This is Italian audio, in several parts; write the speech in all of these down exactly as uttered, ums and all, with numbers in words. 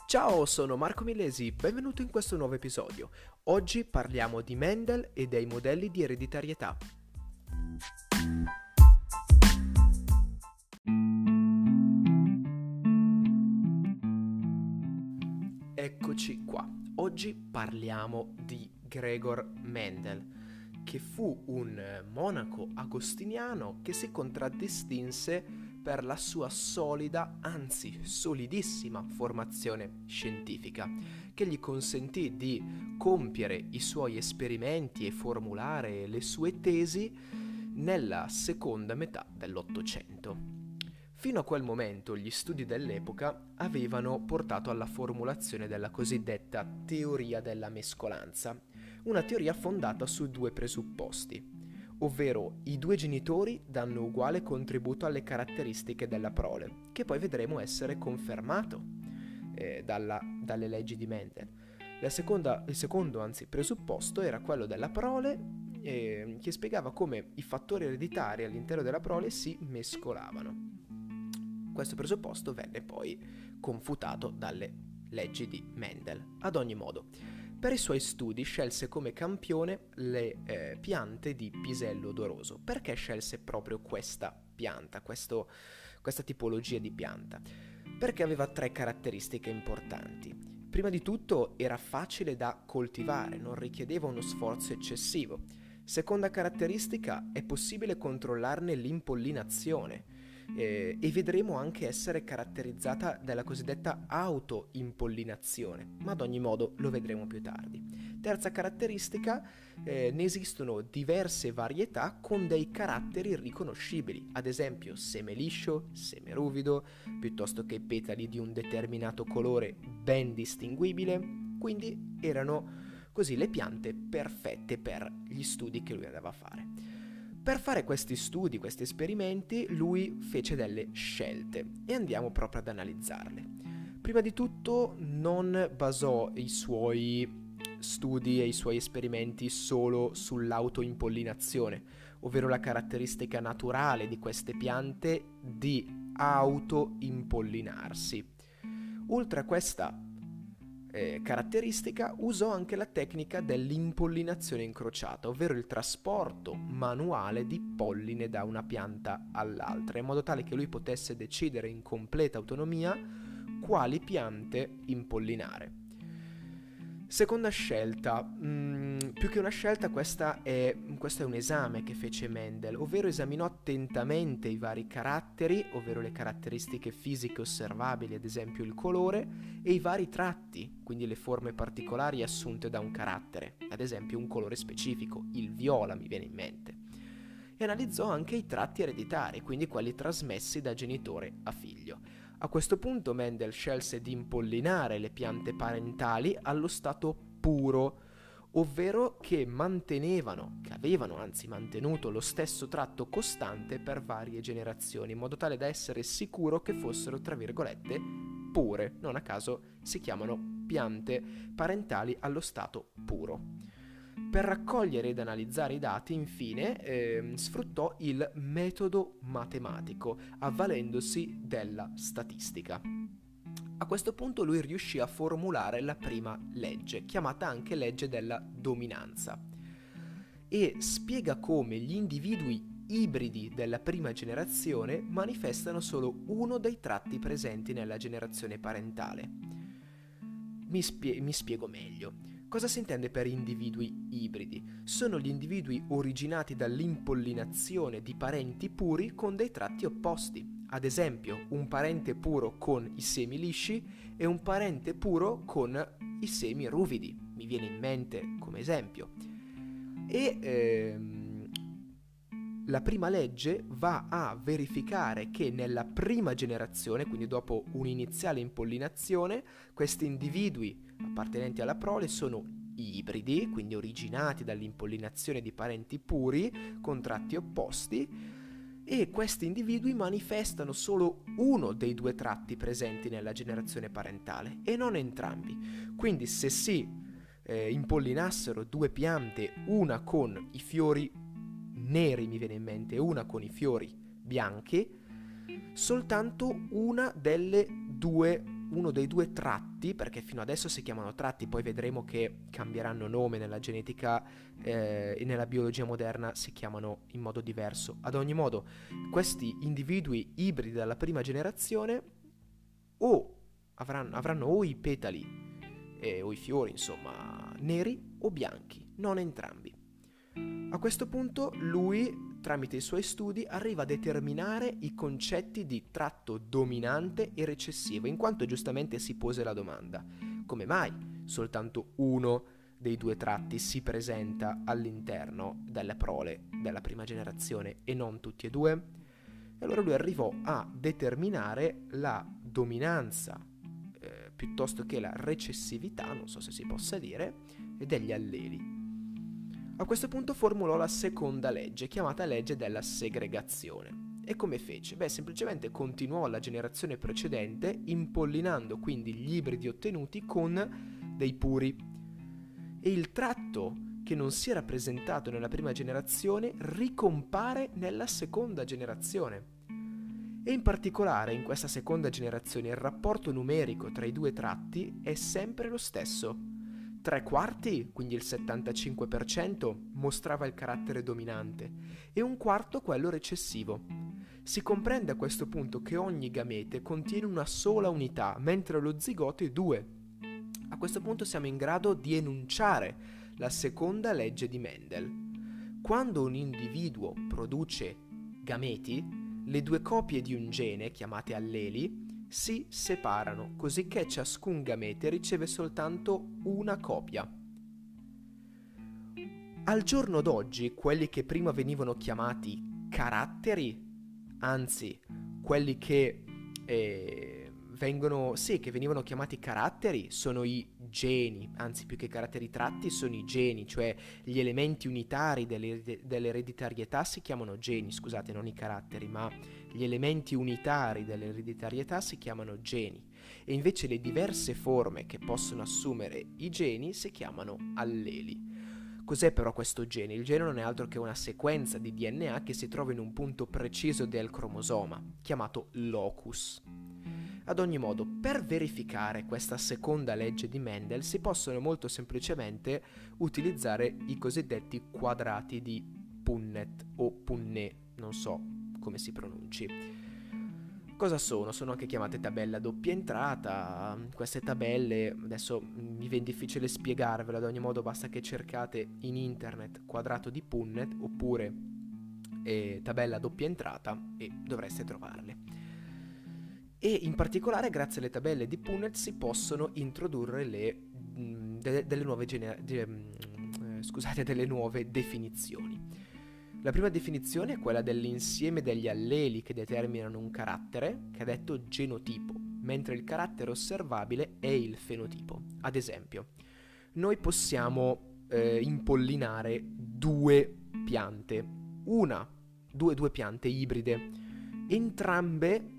Ciao, sono Marco Millesi, benvenuto in questo nuovo episodio. Oggi parliamo di Mendel e dei modelli di ereditarietà. Eccoci qua. Oggi parliamo di Gregor Mendel, che fu un monaco agostiniano che si contraddistinse per la sua solida, anzi solidissima formazione scientifica, che gli consentì di compiere i suoi esperimenti e formulare le sue tesi nella seconda metà dell'Ottocento. Fino a quel momento gli studi dell'epoca avevano portato alla formulazione della cosiddetta teoria della mescolanza, una teoria fondata su due presupposti, ovvero i due genitori danno uguale contributo alle caratteristiche della prole, che poi vedremo essere confermato eh, dalla, dalle leggi di Mendel. La seconda, il secondo anzi presupposto era quello della prole, eh, che spiegava come i fattori ereditari all'interno della prole si mescolavano. Questo presupposto venne poi confutato dalle leggi di Mendel. Ad ogni modo, per i suoi studi scelse come campione le eh, piante di pisello odoroso. Perché scelse proprio questa pianta, questo, questa tipologia di pianta? Perché aveva tre caratteristiche importanti. Prima di tutto era facile da coltivare, non richiedeva uno sforzo eccessivo. Seconda caratteristica, è possibile controllarne l'impollinazione. Eh, e vedremo anche essere caratterizzata dalla cosiddetta autoimpollinazione, ma ad ogni modo lo vedremo più tardi. Terza caratteristica, eh, ne esistono diverse varietà con dei caratteri riconoscibili, ad esempio seme liscio, seme ruvido, piuttosto che petali di un determinato colore ben distinguibile, quindi erano così le piante perfette per gli studi che lui andava a fare. Per fare questi studi, questi esperimenti, lui fece delle scelte e andiamo proprio ad analizzarle. Prima di tutto non basò i suoi studi e i suoi esperimenti solo sull'autoimpollinazione, ovvero la caratteristica naturale di queste piante di autoimpollinarsi. Oltre a questa Eh, caratteristica, usò anche la tecnica dell'impollinazione incrociata, ovvero il trasporto manuale di polline da una pianta all'altra, in modo tale che lui potesse decidere in completa autonomia quali piante impollinare. Seconda scelta, mh, più che una scelta questa è, questo è un esame che fece Mendel, ovvero esaminò attentamente i vari caratteri, ovvero le caratteristiche fisiche osservabili, ad esempio il colore, e i vari tratti, quindi le forme particolari assunte da un carattere, ad esempio un colore specifico, il viola mi viene in mente. E analizzò anche i tratti ereditari, quindi quelli trasmessi da genitore a figlio. A questo punto Mendel scelse di impollinare le piante parentali allo stato puro, ovvero che mantenevano, che avevano anzi mantenuto lo stesso tratto costante per varie generazioni, in modo tale da essere sicuro che fossero, tra virgolette, pure. Non a caso si chiamano piante parentali allo stato puro. Per raccogliere ed analizzare i dati, infine, eh, sfruttò il metodo matematico, avvalendosi della statistica. A questo punto lui riuscì a formulare la prima legge, chiamata anche legge della dominanza, e spiega come gli individui ibridi della prima generazione manifestano solo uno dei tratti presenti nella generazione parentale. Mi, spie- mi spiego meglio. Cosa si intende per individui ibridi? Sono gli individui originati dall'impollinazione di parenti puri con dei tratti opposti. Ad esempio, un parente puro con i semi lisci e un parente puro con i semi ruvidi. Mi viene in mente come esempio. E ehm, la prima legge va a verificare che nella prima generazione, quindi dopo un'iniziale impollinazione, questi individui appartenenti alla prole sono ibridi, quindi originati dall'impollinazione di parenti puri con tratti opposti, e questi individui manifestano solo uno dei due tratti presenti nella generazione parentale e non entrambi. Quindi se si eh, impollinassero due piante, una con i fiori neri mi viene in mente e una con i fiori bianchi, soltanto una delle due uno dei due tratti, perché fino adesso si chiamano tratti, poi vedremo che cambieranno nome nella genetica eh, e nella biologia moderna, si chiamano in modo diverso. Ad ogni modo, questi individui ibridi dalla prima generazione o avranno, avranno o i petali eh, o i fiori, insomma, neri o bianchi, non entrambi. A questo punto lui, tramite i suoi studi, arriva a determinare i concetti di tratto dominante e recessivo, in quanto giustamente si pose la domanda: come mai soltanto uno dei due tratti si presenta all'interno della prole della prima generazione e non tutti e due? E allora lui arrivò a determinare la dominanza eh, piuttosto che la recessività, non so se si possa dire, degli alleli. A questo punto formulò la seconda legge, chiamata legge della segregazione. E come fece? Beh, semplicemente continuò la generazione precedente, impollinando quindi gli ibridi ottenuti con dei puri. E il tratto che non si era presentato nella prima generazione ricompare nella seconda generazione. E in particolare in questa seconda generazione il rapporto numerico tra i due tratti è sempre lo stesso. Tre quarti, quindi il settantacinque per cento, mostrava il carattere dominante e un quarto quello recessivo. Si comprende a questo punto che ogni gamete contiene una sola unità, mentre lo zigoto è due. A questo punto siamo in grado di enunciare la seconda legge di Mendel. Quando un individuo produce gameti, le due copie di un gene, chiamate alleli, si separano, così che ciascun gamete riceve soltanto una copia. Al giorno d'oggi, quelli che prima venivano chiamati caratteri, anzi, quelli che eh, vengono, sì, che venivano chiamati caratteri sono i geni, anzi più che caratteri tratti sono i geni, cioè gli elementi unitari dell'ereditarietà si chiamano geni, scusate, non i caratteri, ma gli elementi unitari dell'ereditarietà si chiamano geni, e invece le diverse forme che possono assumere i geni si chiamano alleli. Cos'è però questo gene? Il gene non è altro che una sequenza di D N A che si trova in un punto preciso del cromosoma, chiamato locus. Ad ogni modo, per verificare questa seconda legge di Mendel si possono molto semplicemente utilizzare i cosiddetti quadrati di Punnett o Punnett, non so come si pronunci. Cosa sono? Sono anche chiamate tabelle a doppia entrata. Queste tabelle, adesso mi viene difficile spiegarvelo, ad ogni modo basta che cercate in internet quadrato di Punnett oppure eh, tabella a doppia entrata e dovreste trovarle. E in particolare grazie alle tabelle di Punnett si possono introdurre le, mh, de- delle nuove gener- de- mh, scusate, delle nuove definizioni. La prima definizione è quella dell'insieme degli alleli che determinano un carattere, che è detto genotipo, mentre il carattere osservabile è il fenotipo. Ad esempio, noi possiamo eh, impollinare due piante, una, due, due piante ibride, entrambe,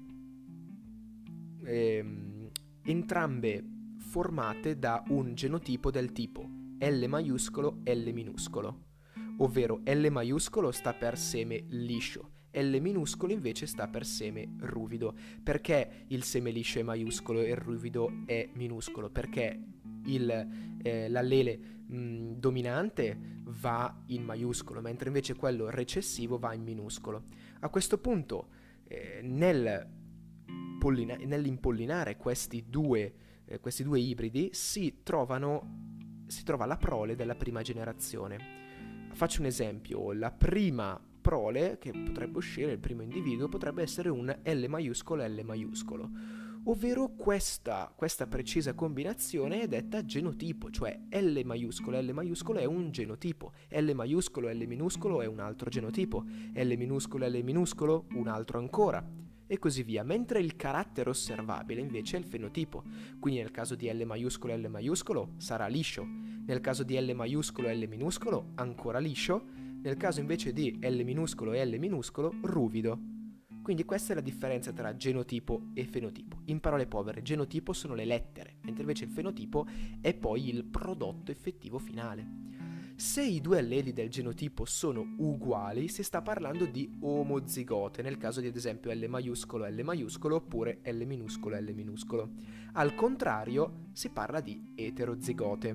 ehm, entrambe formate da un genotipo del tipo L maiuscolo, L minuscolo. Ovvero L maiuscolo sta per seme liscio, L minuscolo invece sta per seme ruvido. Perché il seme liscio è maiuscolo e il ruvido è minuscolo? Perché il, eh, l'allele mh, dominante va in maiuscolo, mentre invece quello recessivo va in minuscolo. A questo punto, eh, nel pollina- nell'impollinare questi due, eh, questi due ibridi si trovano, si trova la prole della prima generazione. Faccio un esempio, la prima prole che potrebbe uscire, il primo individuo, potrebbe essere un L maiuscolo L maiuscolo, ovvero questa, questa precisa combinazione è detta genotipo, cioè L maiuscolo L maiuscolo è un genotipo, L maiuscolo L minuscolo è un altro genotipo, L minuscolo L minuscolo un altro ancora, e così via, mentre il carattere osservabile invece è il fenotipo, quindi nel caso di L maiuscolo L maiuscolo sarà liscio, nel caso di L maiuscolo L minuscolo ancora liscio, nel caso invece di L minuscolo e L minuscolo ruvido. Quindi questa è la differenza tra genotipo e fenotipo. In parole povere, genotipo sono le lettere, mentre invece il fenotipo è poi il prodotto effettivo finale. Se i due alleli del genotipo sono uguali, si sta parlando di omozigote, nel caso di ad esempio L maiuscolo L maiuscolo oppure L minuscolo L minuscolo. Al contrario, si parla di eterozigote.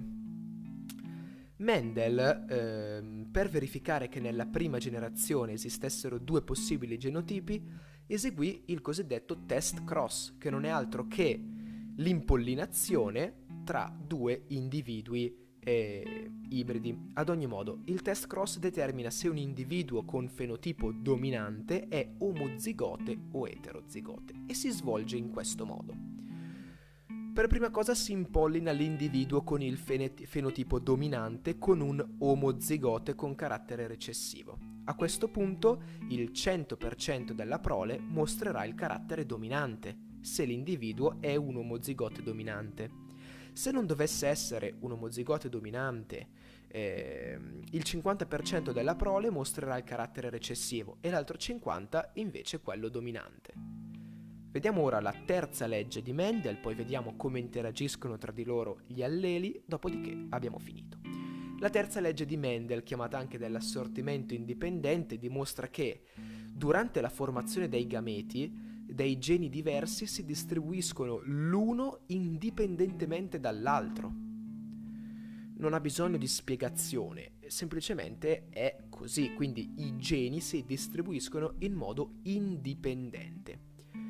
Mendel, ehm, per verificare che nella prima generazione esistessero due possibili genotipi, eseguì il cosiddetto test cross, che non è altro che l'impollinazione tra due individui eh, ibridi. Ad ogni modo, il test cross determina se un individuo con fenotipo dominante è omozigote o eterozigote e si svolge in questo modo. Per prima cosa si impollina l'individuo con il fenet- fenotipo dominante con un omozigote con carattere recessivo. A questo punto il cento per cento della prole mostrerà il carattere dominante, se l'individuo è un omozigote dominante. Se non dovesse essere un omozigote dominante, eh, il cinquanta per cento della prole mostrerà il carattere recessivo e l'altro cinquanta per cento invece quello dominante. Vediamo ora la terza legge di Mendel, poi vediamo come interagiscono tra di loro gli alleli, dopodiché abbiamo finito. La terza legge di Mendel, chiamata anche dell'assortimento indipendente, dimostra che durante la formazione dei gameti, dei geni diversi si distribuiscono l'uno indipendentemente dall'altro. Non ha bisogno di spiegazione, semplicemente è così, quindi i geni si distribuiscono in modo indipendente.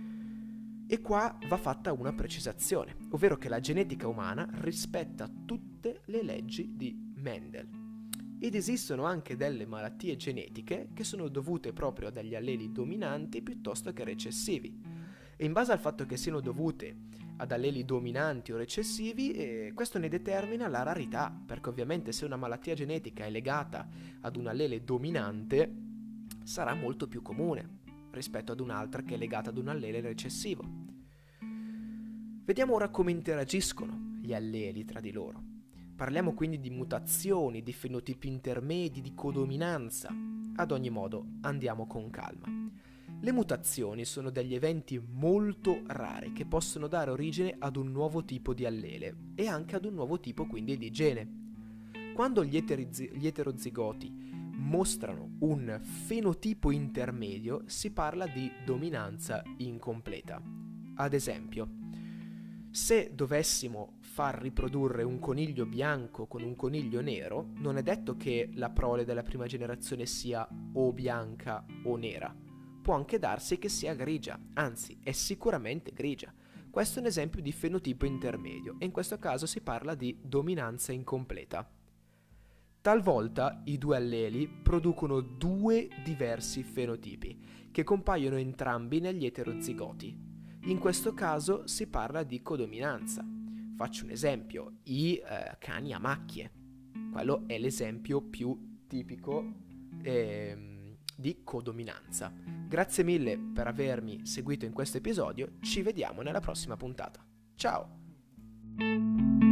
E qua va fatta una precisazione, ovvero che la genetica umana rispetta tutte le leggi di Mendel. Ed esistono anche delle malattie genetiche che sono dovute proprio dagli alleli dominanti piuttosto che recessivi. E in base al fatto che siano dovute ad alleli dominanti o recessivi, eh, questo ne determina la rarità, perché ovviamente se una malattia genetica è legata ad un allele dominante, sarà molto più comune rispetto ad un'altra che è legata ad un allele recessivo. Vediamo ora come interagiscono gli alleli tra di loro. Parliamo quindi di mutazioni, di fenotipi intermedi, di codominanza. Ad ogni modo, andiamo con calma. Le mutazioni sono degli eventi molto rari che possono dare origine ad un nuovo tipo di allele e anche ad un nuovo tipo quindi di gene. Quando gli, eteriz- gli eterozigoti mostrano un fenotipo intermedio, si parla di dominanza incompleta. Ad esempio, se dovessimo far riprodurre un coniglio bianco con un coniglio nero, non è detto che la prole della prima generazione sia o bianca o nera. Può anche darsi che sia grigia, anzi è sicuramente grigia. Questo è un esempio di fenotipo intermedio e in questo caso si parla di dominanza incompleta. Talvolta i due alleli producono due diversi fenotipi, che compaiono entrambi negli eterozigoti. In questo caso si parla di codominanza. Faccio un esempio, i eh, cani a macchie. Quello è l'esempio più tipico eh, di codominanza. Grazie mille per avermi seguito in questo episodio, ci vediamo nella prossima puntata. Ciao!